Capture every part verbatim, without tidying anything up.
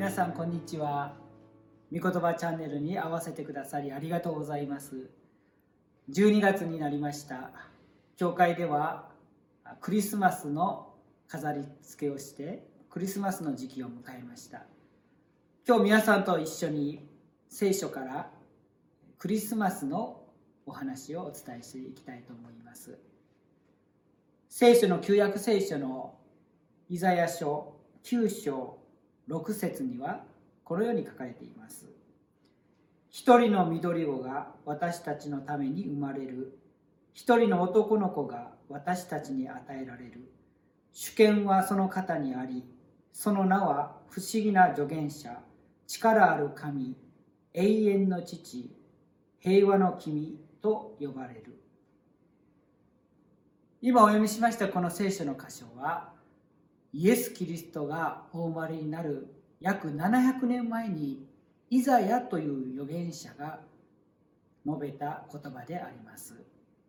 皆さんこんにちは。御言葉チャンネルに合わせてくださりありがとうございます。じゅうにがつになりました。教会ではクリスマスの飾り付けをしてクリスマスの時期を迎えました。今日皆さんと一緒に聖書からクリスマスのお話をお伝えしていきたいと思います。聖書の旧約聖書のイザヤ書きゅう章ろく節にはこのように書かれています。一人の緑子が私たちのために生まれる。一人の男の子が私たちに与えられる。主権はその方にあり、その名は不思議な助言者、力ある神、永遠の父、平和の君と呼ばれる。今お読みしましたこの聖書の箇所は、イエス・キリストがお生まれになる約ななひゃくねんまえにイザヤという預言者が述べた言葉であります。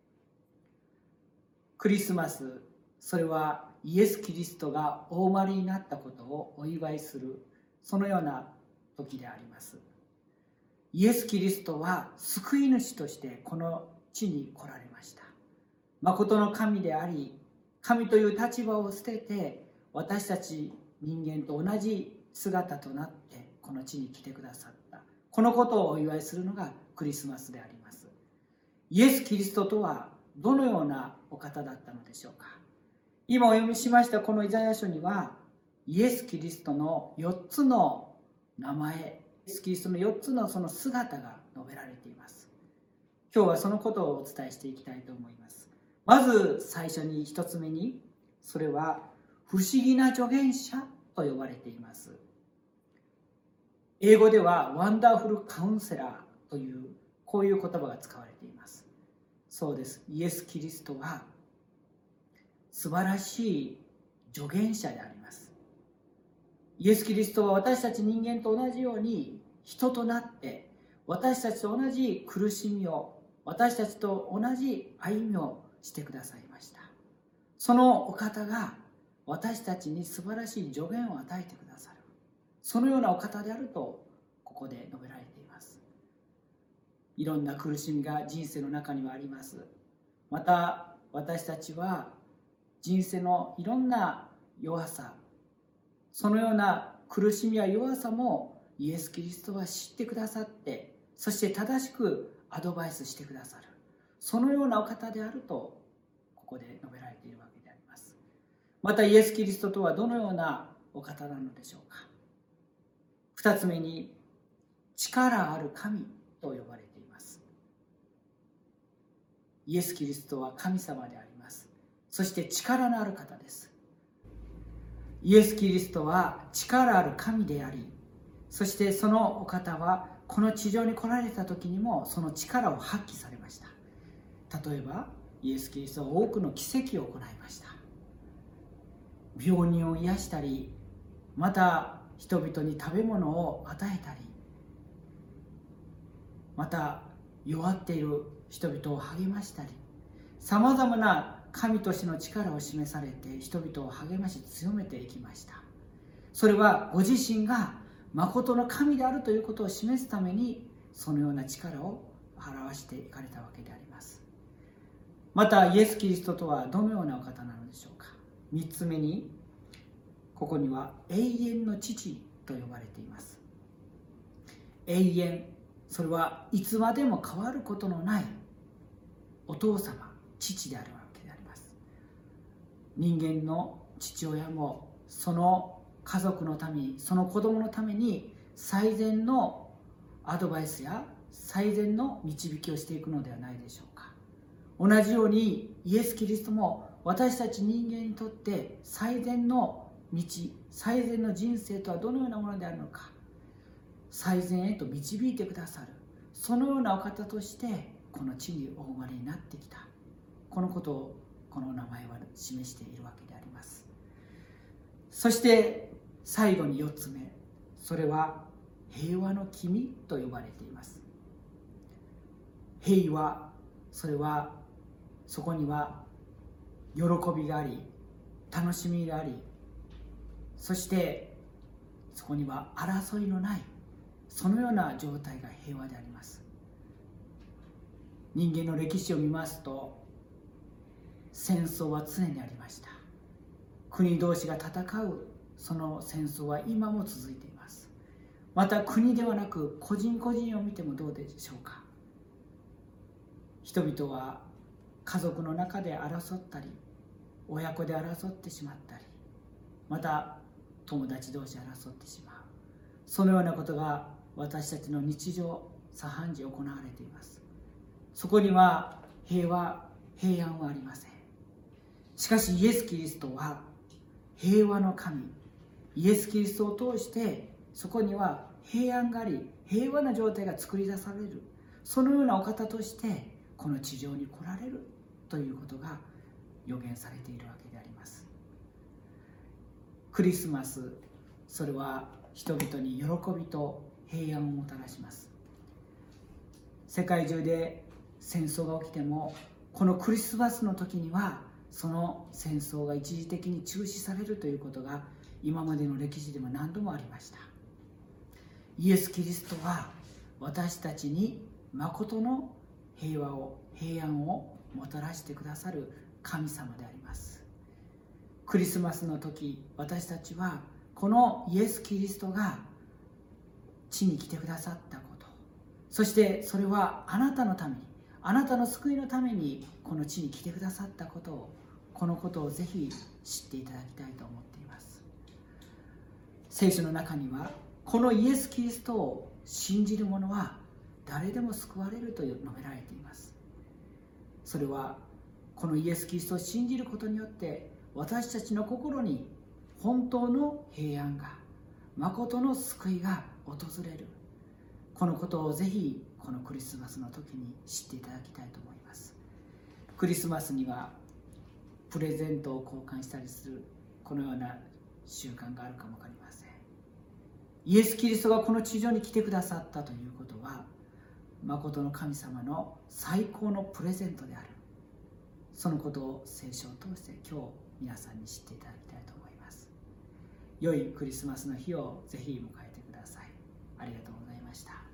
クリスマス、それはイエス・キリストがお生まれになったことをお祝いする、そのような時であります。イエス・キリストは救い主としてこの地に来られました。誠の神であり、神という立場を捨てて私たち人間と同じ姿となってこの地に来てくださった。このことをお祝いするのがクリスマスであります。イエス・キリストとはどのようなお方だったのでしょうか。今お読みしましたこのイザヤ書にはイエス・キリストのよっつの名前、イエス・キリストのよっつのその姿が述べられています。今日はそのことをお伝えしていきたいと思います。まず最初に一つ目に、それは不思議な助言者と呼ばれています。英語ではワンダーフルカウンセラーというこういう言葉が使われています。そうです。イエス・キリストは素晴らしい助言者であります。イエス・キリストは私たち人間と同じように人となって私たちと同じ苦しみを、私たちと同じ歩みをしてくださいました。そのお方が私たちに素晴らしい助言を与えてくださる、そのようなお方であるとここで述べられています。いろんな苦しみが人生の中にはあります。また私たちは人生のいろんな弱さ、そのような苦しみや弱さもイエス・キリストは知ってくださって、そして正しくアドバイスしてくださる、そのようなお方であるとここで述べられているわけであります。またイエス・キリストとはどのようなお方なのでしょうか。二つ目に、力ある神と呼ばれています。イエス・キリストは神様であります。そして力のある方です。イエス・キリストは力ある神であり、そしてそのお方はこの地上に来られた時にもその力を発揮されました。例えばイエス・キリストは多くの奇跡を行いました。病人を癒したり、また人々に食べ物を与えたり、また弱っている人々を励ましたり、さまざまな神としての力を示されて人々を励まし強めていきました。それはご自身が誠の神であるということを示すためにそのような力を表していかれたわけであります。またイエス・キリストとはどのようなお方なのでしょうか。三つ目に、ここには永遠の父と呼ばれています。永遠、それはいつまでも変わることのないお父様、父であるわけであります。人間の父親もその家族のために、その子供のために最善のアドバイスや最善の導きをしていくのではないでしょうか。同じようにイエス・キリストも私たち人間にとって最善の道、最善の人生とはどのようなものであるのか、最善へと導いてくださる、そのようなお方としてこの地にお生まれになってきた、このことをこの名前は示しているわけであります。そして最後によっつめ、それは平和の君と呼ばれています。平和、それはそこには喜びがあり、楽しみがあり、そしてそこには争いのない、そのような状態が平和であります。人間の歴史を見ますと、戦争は常にありました。国同士が戦うその戦争は今も続いています。また国ではなく個人個人を見てもどうでしょうか。人々は家族の中で争ったり、親子で争ってしまったり、また友達同士で争ってしまう、そのようなことが私たちの日常茶飯事行われています。そこには平和、平安はありません。しかしイエス・キリストは平和の神、イエス・キリストを通してそこには平安があり、平和な状態が作り出される、そのようなお方としてこの地上に来られるということが予言されているわけであります。クリスマス、それは人々に喜びと平安をもたらします。世界中で戦争が起きても、このクリスマスの時にはその戦争が一時的に中止されるということが今までの歴史でも何度もありました。イエス・キリストは私たちに誠の平和を、平安をもたらしてくださる神様であります。クリスマスの時、私たちはこのイエス・キリストが地に来てくださったこと、そしてそれはあなたのために、あなたの救いのためにこの地に来てくださったことを、このことをぜひ知っていただきたいと思っています。聖書の中にはこのイエス・キリストを信じる者は誰でも救われると述べられています。それはこのイエス・キリストを信じることによって私たちの心に本当の平安が、誠の救いが訪れる、このことをぜひこのクリスマスの時に知っていただきたいと思います。クリスマスにはプレゼントを交換したりする、このような習慣があるかもわかりません。イエス・キリストがこの地上に来てくださったということは、誠の神様の最高のプレゼントである、そのことを聖書を通して今日皆さんに知っていただきたいと思います。良いクリスマスの日をぜひ迎えてください。ありがとうございました。